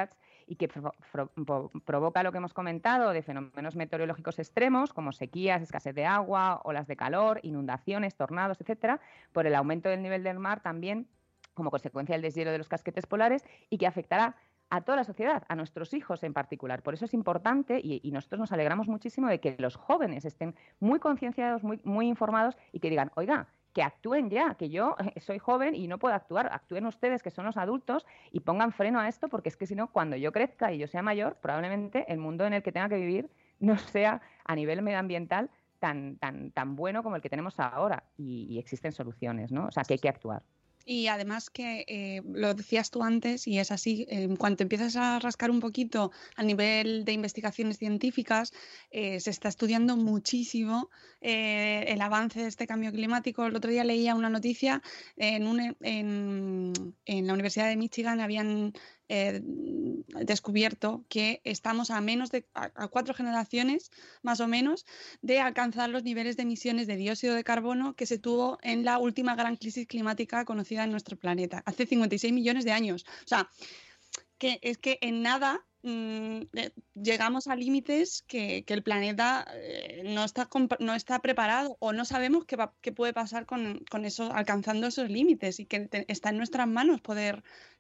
y que provoca lo que hemos comentado de fenómenos meteorológicos extremos como sequías, escasez de agua, olas de calor, inundaciones, tornados, etcétera, por el aumento del nivel del mar también como consecuencia del deshielo de los casquetes polares y que afectará a toda la sociedad, a nuestros hijos en particular. Por eso es importante y nosotros nos alegramos muchísimo de que los jóvenes estén muy concienciados, muy informados y que digan, oiga, que actúen ya, que yo soy joven y no puedo actuar, actúen ustedes que son los adultos y pongan freno a esto porque es que si no, cuando yo crezca y yo sea mayor, probablemente el mundo en el que tenga que vivir no sea a nivel medioambiental tan bueno como el que tenemos ahora y existen soluciones, ¿no? O sea, que hay que actuar. Y además que lo decías tú antes y es así, en cuanto empiezas a rascar un poquito a nivel de investigaciones científicas, se está estudiando muchísimo el avance de este cambio climático. El otro día leía una noticia en la Universidad de Michigan habían descubierto que estamos a 4 generaciones más o menos de alcanzar los niveles de emisiones de dióxido de carbono que se tuvo en la última gran crisis climática conocida en nuestro planeta, hace 56 millones de años. O sea, que es que en nada llegamos a límites que el planeta no está preparado o no sabemos qué puede pasar con eso, alcanzando esos límites, y que está en nuestras manos poder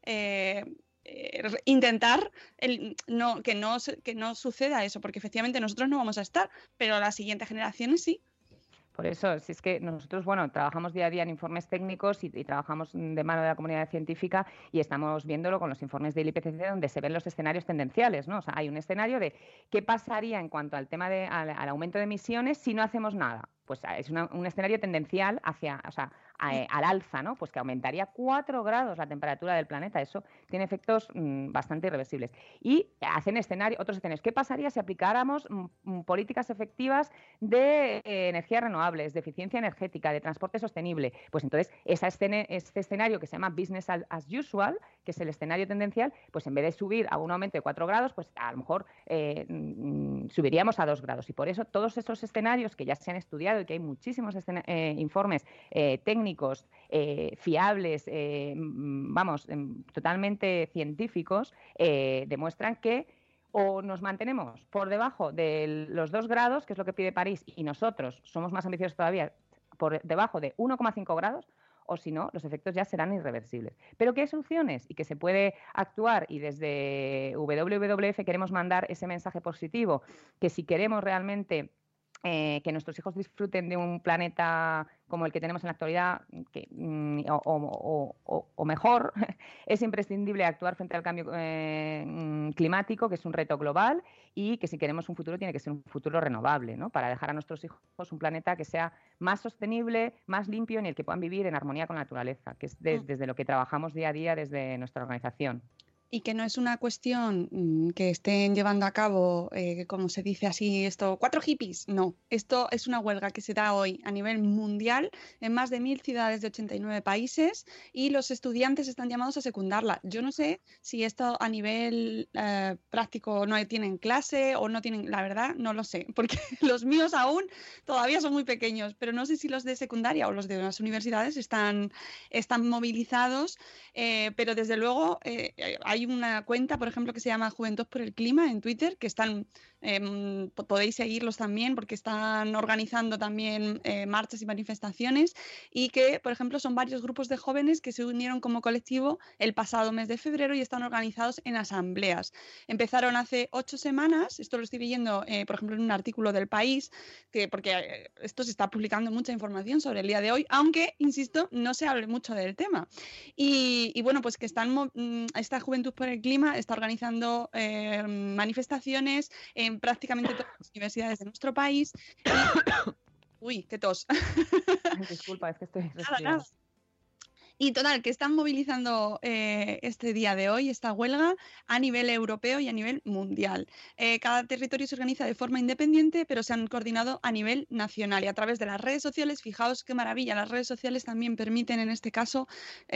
intentar que no suceda eso, porque efectivamente nosotros no vamos a estar, pero las siguientes generaciones sí. Por eso, si es que nosotros, trabajamos día a día en informes técnicos y trabajamos de mano de la comunidad científica y estamos viéndolo con los informes del IPCC donde se ven los escenarios tendenciales, ¿no? O sea, hay un escenario de qué pasaría en cuanto al tema al aumento de emisiones si no hacemos nada. Pues es un escenario tendencial al alza, ¿no? Pues que aumentaría 4 grados la temperatura del planeta. Eso tiene efectos bastante irreversibles. Y hacen otros escenarios. ¿Qué pasaría si aplicáramos políticas efectivas de energías renovables, de eficiencia energética, de transporte sostenible? Pues entonces este escenario que se llama business as usual, que es el escenario tendencial, pues en vez de subir a un aumento de 4 grados, pues a lo mejor subiríamos a 2 grados. Y por eso todos esos escenarios que ya se han estudiado y que hay muchísimos informes técnicos fiables, totalmente científicos, demuestran que o nos mantenemos por debajo de los 2 grados, que es lo que pide París, y nosotros somos más ambiciosos todavía, por debajo de 1,5 grados, o si no, los efectos ya serán irreversibles. ¿Pero qué soluciones? Y que se puede actuar, y desde WWF queremos mandar ese mensaje positivo, que si queremos realmente que nuestros hijos disfruten de un planeta como el que tenemos en la actualidad, o mejor, es imprescindible actuar frente al cambio climático, que es un reto global, y que si queremos un futuro tiene que ser un futuro renovable, ¿no? Para dejar a nuestros hijos un planeta que sea más sostenible, más limpio, en el que puedan vivir en armonía con la naturaleza, que es desde lo que trabajamos día a día desde nuestra organización. Y que no es una cuestión que estén llevando a cabo, como se dice así, 4 hippies. No, esto es una huelga que se da hoy a nivel mundial en más de 1000 ciudades de 89 países y los estudiantes están llamados a secundarla. Yo no sé si esto a nivel práctico no tienen clase o no tienen, la verdad no lo sé, porque los míos aún todavía son muy pequeños, pero no sé si los de secundaria o los de las universidades están movilizados, pero desde luego hay una cuenta, por ejemplo, que se llama Juventud por el Clima en Twitter, que podéis seguirlos también porque están organizando también marchas y manifestaciones, y que, por ejemplo, son varios grupos de jóvenes que se unieron como colectivo el pasado mes de febrero y están organizados en asambleas. Empezaron hace 8 semanas, esto lo estoy leyendo, por ejemplo, en un artículo del País, porque esto se está publicando mucha información sobre el día de hoy, aunque, insisto, no se hable mucho del tema. Y bueno, pues que esta Juventud por el Clima está organizando manifestaciones en prácticamente todas las universidades de nuestro país. Uy, qué tos. Disculpa, es que estoy resfriada. Nada. Y total, que están movilizando este día de hoy, esta huelga, a nivel europeo y a nivel mundial. Cada territorio se organiza de forma independiente, pero se han coordinado a nivel nacional y a través de las redes sociales. Fijaos qué maravilla, las redes sociales también permiten en este caso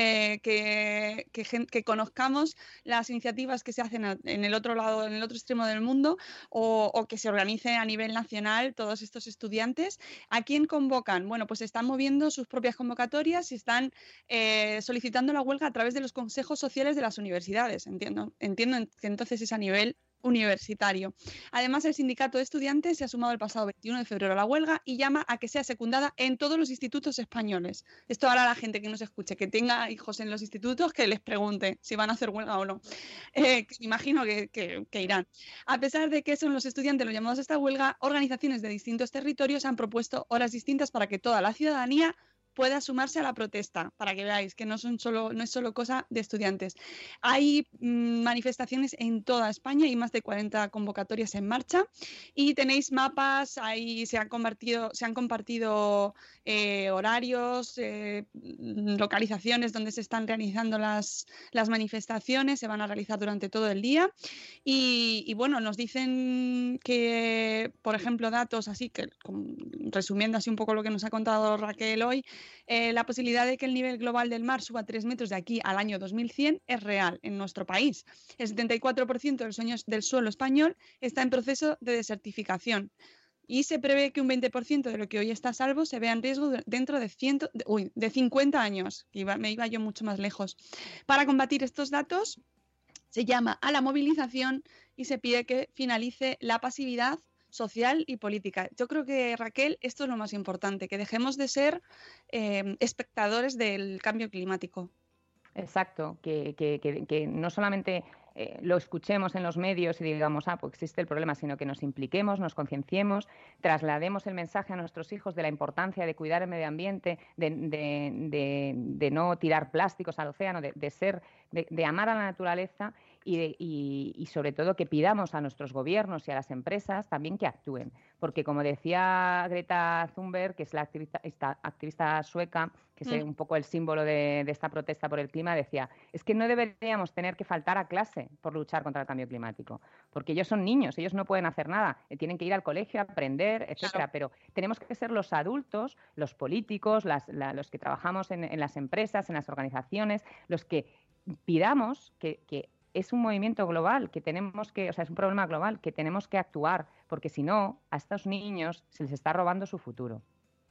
que conozcamos las iniciativas que se hacen en el otro lado, en el otro extremo del mundo, o que se organice a nivel nacional todos estos estudiantes. ¿A quién convocan? Bueno, pues están moviendo sus propias convocatorias y están solicitando la huelga a través de los consejos sociales de las universidades. Entiendo que entonces es a nivel universitario. Además, el sindicato de estudiantes se ha sumado el pasado 21 de febrero a la huelga y llama a que sea secundada en todos los institutos españoles. Esto ahora la gente que nos escuche, que tenga hijos en los institutos, que les pregunte si van a hacer huelga o no. Que imagino que irán. A pesar de que son los estudiantes los llamados a esta huelga, organizaciones de distintos territorios han propuesto horas distintas para que toda la ciudadanía pueda sumarse a la protesta, para que veáis que no es solo cosa de estudiantes. Hay manifestaciones en toda España y más de 40 convocatorias en marcha y tenéis mapas, ahí se han compartido horarios, localizaciones donde se están realizando las manifestaciones, se van a realizar durante todo el día y bueno, nos dicen que, por ejemplo, datos así, que resumiendo así un poco lo que nos ha contado Raquel hoy, la posibilidad de que el nivel global del mar suba 3 metros de aquí al año 2100 es real en nuestro país. El 74% del suelo español está en proceso de desertificación y se prevé que un 20% de lo que hoy está a salvo se vea en riesgo dentro de 50 años. Me iba yo mucho más lejos. Para combatir estos datos se llama a la movilización y se pide que finalice la pasividad social y política. Yo creo que, Raquel, esto es lo más importante, que dejemos de ser espectadores del cambio climático. Exacto, que no solamente lo escuchemos en los medios y digamos, pues existe el problema, sino que nos impliquemos, nos concienciemos, traslademos el mensaje a nuestros hijos de la importancia de cuidar el medio ambiente, de no tirar plásticos al océano, de amar a la naturaleza y sobre todo que pidamos a nuestros gobiernos y a las empresas también que actúen. Porque como decía Greta Thunberg, que es esta activista sueca, que es un poco el símbolo de esta protesta por el clima, decía, es que no deberíamos tener que faltar a clase por luchar contra el cambio climático, porque ellos son niños, ellos no pueden hacer nada, tienen que ir al colegio a aprender, etcétera. Claro. Pero tenemos que ser los adultos, los políticos, los que trabajamos en las empresas, en las organizaciones, los que pidamos que es un movimiento global, que tenemos que, o sea, es un problema global, que tenemos que actuar, porque si no, a estos niños se les está robando su futuro.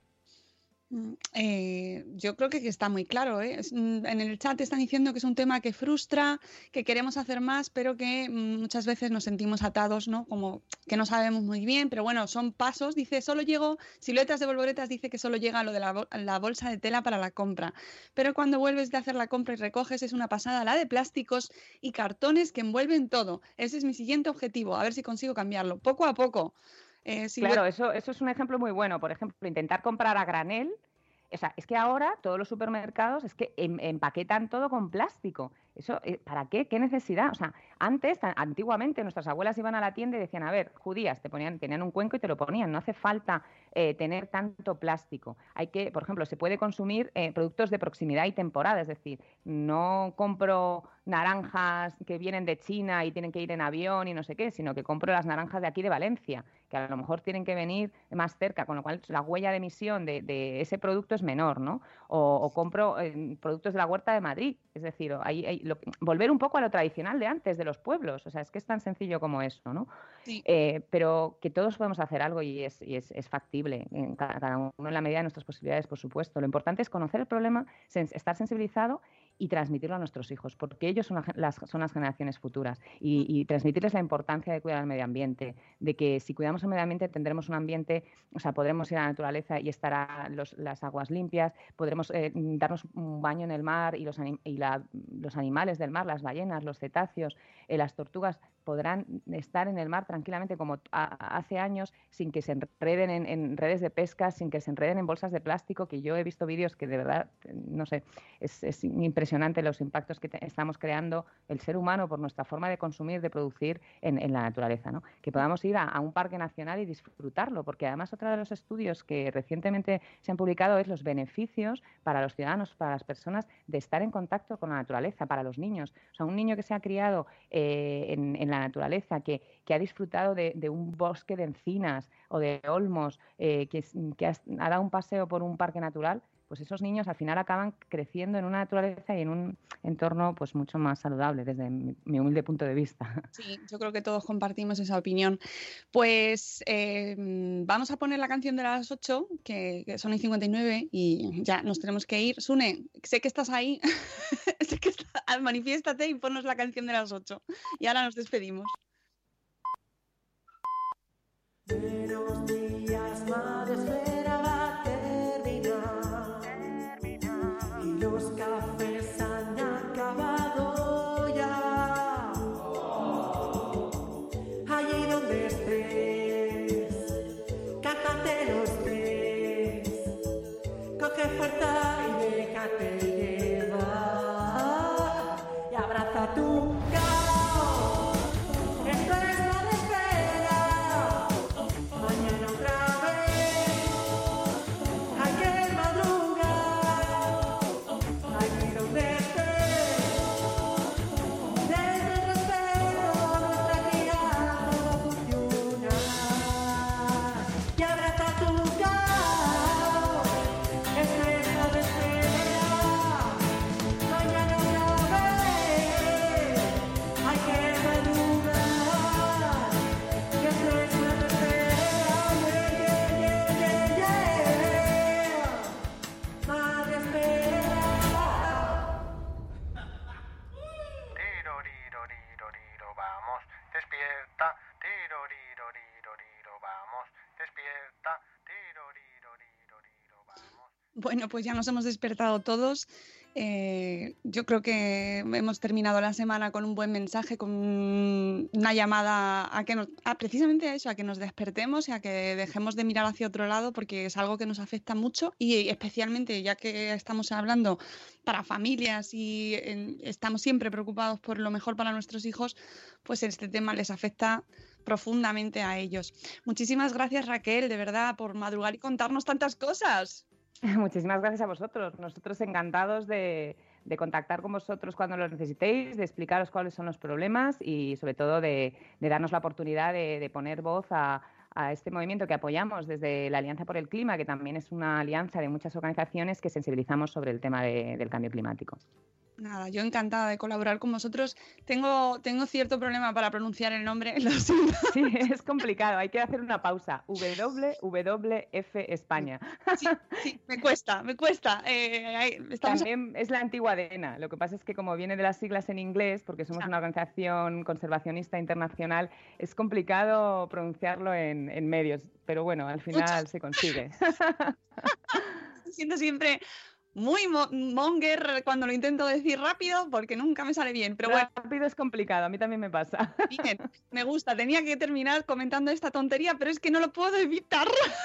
Yo creo que está muy claro, ¿eh? En el chat están diciendo que es un tema que frustra, que queremos hacer más, pero que muchas veces nos sentimos atados, ¿no? Como que no sabemos muy bien, pero bueno, son pasos. Dice, Siluetas de Volvoretas dice que solo llega lo de la bolsa de tela para la compra, pero cuando vuelves de hacer la compra y recoges es una pasada la de plásticos y cartones que envuelven todo. Ese es mi siguiente objetivo, a ver si consigo cambiarlo, poco a poco. Claro, eso es un ejemplo muy bueno. Por ejemplo, intentar comprar a granel. O sea, es que ahora todos los supermercados es que empaquetan todo con plástico. Eso, ¿para qué? ¿Qué necesidad? O sea, antiguamente nuestras abuelas iban a la tienda y decían, a ver, judías, tenían un cuenco y te lo ponían. No hace falta tener tanto plástico. Por ejemplo, se puede consumir productos de proximidad y temporada. Es decir, no compro naranjas que vienen de China y tienen que ir en avión y no sé qué, sino que compro las naranjas de aquí de Valencia, que a lo mejor tienen que venir más cerca, con lo cual la huella de emisión de ese producto es menor, ¿no? O compro productos de la huerta de Madrid. Es decir, volver un poco a lo tradicional de antes, de los pueblos. O sea, es que es tan sencillo como eso, ¿no? Sí. Pero que todos podemos hacer algo y es factible, cada uno en la medida de nuestras posibilidades, por supuesto. Lo importante es conocer el problema, estar sensibilizado y transmitirlo a nuestros hijos, porque ellos son las generaciones futuras y transmitirles la importancia de cuidar el medio ambiente, de que si cuidamos el medio ambiente tendremos un ambiente, o sea, podremos ir a la naturaleza y estarán las aguas limpias, podremos darnos un baño en el mar y los animales del mar, las ballenas, los cetáceos, las tortugas podrán estar en el mar tranquilamente como hace años sin que se enreden en redes de pesca, sin que se enreden en bolsas de plástico, que yo he visto vídeos que de verdad, no sé, es impresionante los impactos que estamos creando el ser humano por nuestra forma de consumir, de producir en la naturaleza, ¿no? Que podamos ir a un parque nacional y disfrutarlo, porque además otro de los estudios que recientemente se han publicado es los beneficios para los ciudadanos, para las personas, de estar en contacto con la naturaleza, para los niños. O sea, un niño que se ha criado en la naturaleza, que ha disfrutado de un bosque de encinas o de Olmos, que ha dado un paseo por un parque natural, pues esos niños al final acaban creciendo en una naturaleza y en un entorno pues mucho más saludable desde mi humilde punto de vista. Sí, yo creo que todos compartimos esa opinión. Pues vamos a poner la canción de las 8, que son y 59, y ya nos tenemos que ir. Sune, sé que estás ahí, sé que manifiéstate y ponnos la canción de las 8. Y ahora nos despedimos. Buenos días, Madre Esfera, va a terminar. Y los cafés han acabado ya. Allí donde estés, cántate los tres. Coge fuerza y déjate llevar. Y abraza tu caos. Esto es Madre Esfera. Mañana otra vez. Hay que madrugar. Allí donde estés. Desde el respeto, nuestra guía todo funciona. Y abraza tu caos. Esto es Madre Esfera. Mañana otra vez. Hay que madrugar. Que esto es Madre Esfera. Madre Esfera. Tiroriroriroririro, vamos, despierta. Tiroriroriroririro, vamos, despierta. Tiroriroriroririro, vamos. Bueno, pues ya nos hemos despertado todos. Yo creo que hemos terminado la semana con un buen mensaje, con una llamada a que precisamente a eso, a que nos despertemos y a que dejemos de mirar hacia otro lado, porque es algo que nos afecta mucho y especialmente ya que estamos hablando para familias y estamos siempre preocupados por lo mejor para nuestros hijos, pues este tema les afecta profundamente a ellos. Muchísimas gracias, Raquel, de verdad, por madrugar y contarnos tantas cosas. Muchísimas gracias a vosotros. Nosotros encantados de contactar con vosotros cuando lo necesitéis, de explicaros cuáles son los problemas y sobre todo de darnos la oportunidad de poner voz a este movimiento que apoyamos desde la Alianza por el Clima, que también es una alianza de muchas organizaciones que sensibilizamos sobre el tema del cambio climático. Nada, yo encantada de colaborar con vosotros. Tengo cierto problema para pronunciar el nombre, lo siento. Sí, es complicado, hay que hacer una pausa. WWF España. Sí, me cuesta. También es la antigua ADENA. Lo que pasa es que como viene de las siglas en inglés, porque somos una organización conservacionista internacional, es complicado pronunciarlo en medios. Pero bueno, al final se consigue. Siento siempre muy monger cuando lo intento decir rápido porque nunca me sale bien, pero bueno. Rápido es complicado, a mí también me pasa. Bien, me gusta, tenía que terminar comentando esta tontería, pero es que no lo puedo evitar.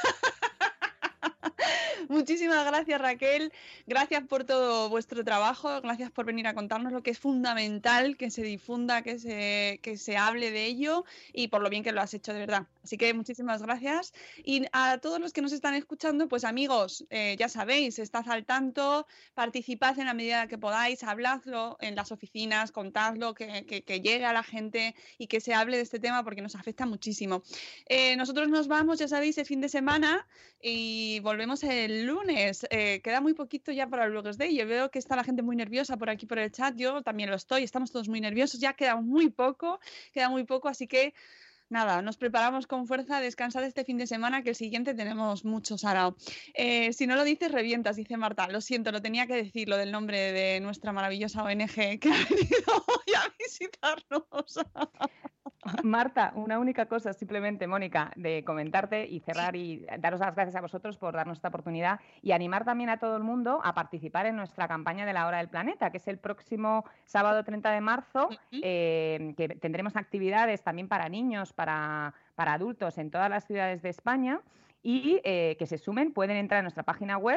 Muchísimas gracias, Raquel. Gracias por todo vuestro trabajo. Gracias por venir a contarnos lo que es fundamental que se difunda, que se hable de ello y por lo bien que lo has hecho, de verdad. Así que muchísimas gracias. Y a todos los que nos están escuchando, pues amigos, ya sabéis, estad al tanto, participad en la medida que podáis, habladlo en las oficinas, contadlo, que llegue a la gente y que se hable de este tema porque nos afecta muchísimo. Nosotros nos vamos, ya sabéis, el fin de semana y volvemos el lunes. Queda muy poquito ya para el Bloggers Day. Yo veo que está la gente muy nerviosa por aquí por el chat. Yo también lo estoy. Estamos todos muy nerviosos. Ya queda muy poco, así que nada, nos preparamos con fuerza. Descansad este fin de semana, que el siguiente tenemos mucho sarao. Si no lo dices, revientas, dice Marta. Lo siento, lo tenía que decir, lo del nombre de nuestra maravillosa ONG que ha venido hoy a visitarnos. Marta, una única cosa, simplemente, Mónica, de comentarte y cerrar y daros las gracias a vosotros por darnos esta oportunidad y animar también a todo el mundo a participar en nuestra campaña de la Hora del Planeta, que es el próximo sábado 30 de marzo, que tendremos actividades también para niños, para adultos en todas las ciudades de España y que se sumen, pueden entrar a nuestra página web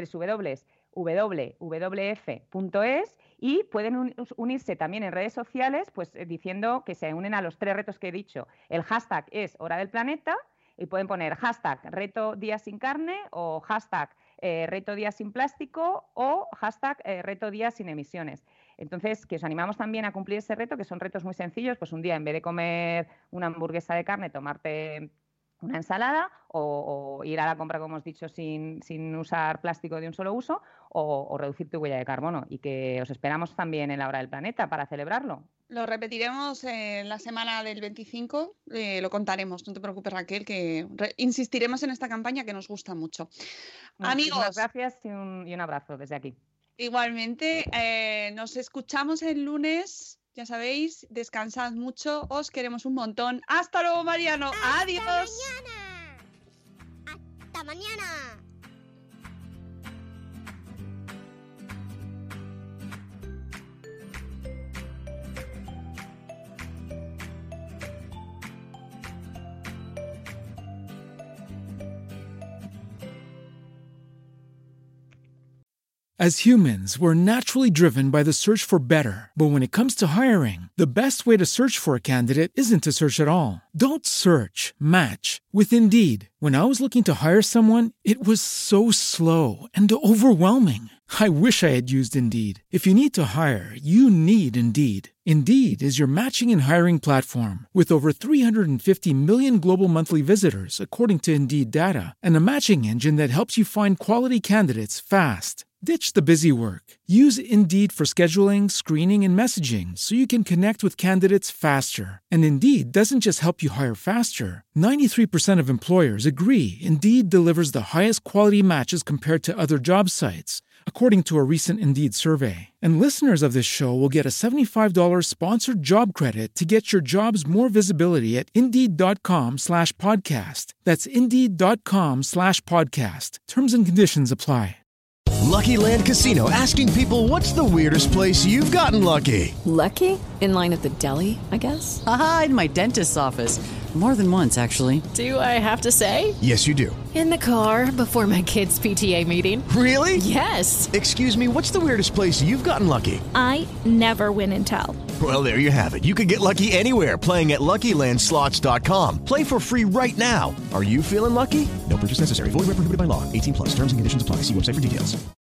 www.wwf.es y pueden unirse también en redes sociales, pues diciendo que se unen a los 3 retos que he dicho. El hashtag es Hora del Planeta y pueden poner hashtag Reto Día Sin Carne o hashtag Reto Día Sin Plástico o hashtag Reto Día Sin Emisiones. Entonces, que os animamos también a cumplir ese reto, que son retos muy sencillos, pues un día en vez de comer una hamburguesa de carne, tomarte una ensalada o ir a la compra, como hemos dicho, sin usar plástico de un solo uso o reducir tu huella de carbono. Y que os esperamos también en la Hora del Planeta para celebrarlo. Lo repetiremos en la semana del 25, lo contaremos, no te preocupes, Raquel, que insistiremos en esta campaña que nos gusta mucho. Muchísimas gracias y un abrazo desde aquí. Igualmente, nos escuchamos el lunes, ya sabéis, descansad mucho, os queremos un montón. ¡Hasta luego, Mariano! ¡Adiós! ¡Hasta mañana! As humans, we're naturally driven by the search for better. But when it comes to hiring, the best way to search for a candidate isn't to search at all. Don't search, match with Indeed. When I was looking to hire someone, it was so slow and overwhelming. I wish I had used Indeed. If you need to hire, you need Indeed. Indeed is your matching and hiring platform with over 350 million global monthly visitors, according to Indeed data, and a matching engine that helps you find quality candidates fast. Ditch the busy work. Use Indeed for scheduling, screening, and messaging so you can connect with candidates faster. And Indeed doesn't just help you hire faster. 93% of employers agree Indeed delivers the highest quality matches compared to other job sites, according to a recent Indeed survey. And listeners of this show will get a $75 sponsored job credit to get your jobs more visibility at Indeed.com/podcast. That's Indeed.com/podcast. Terms and conditions apply. Lucky Land Casino, asking people, what's the weirdest place you've gotten lucky? Lucky? In line at the deli, I guess? Aha, in my dentist's office. More than once, actually. Do I have to say? Yes, you do. In the car before my kids' PTA meeting. Really? Yes. Excuse me, what's the weirdest place you've gotten lucky? I never win and tell. Well, there you have it. You can get lucky anywhere, playing at LuckyLandSlots.com. Play for free right now. Are you feeling lucky? No purchase necessary. Void where prohibited by law. 18+. Terms and conditions apply. See website for details.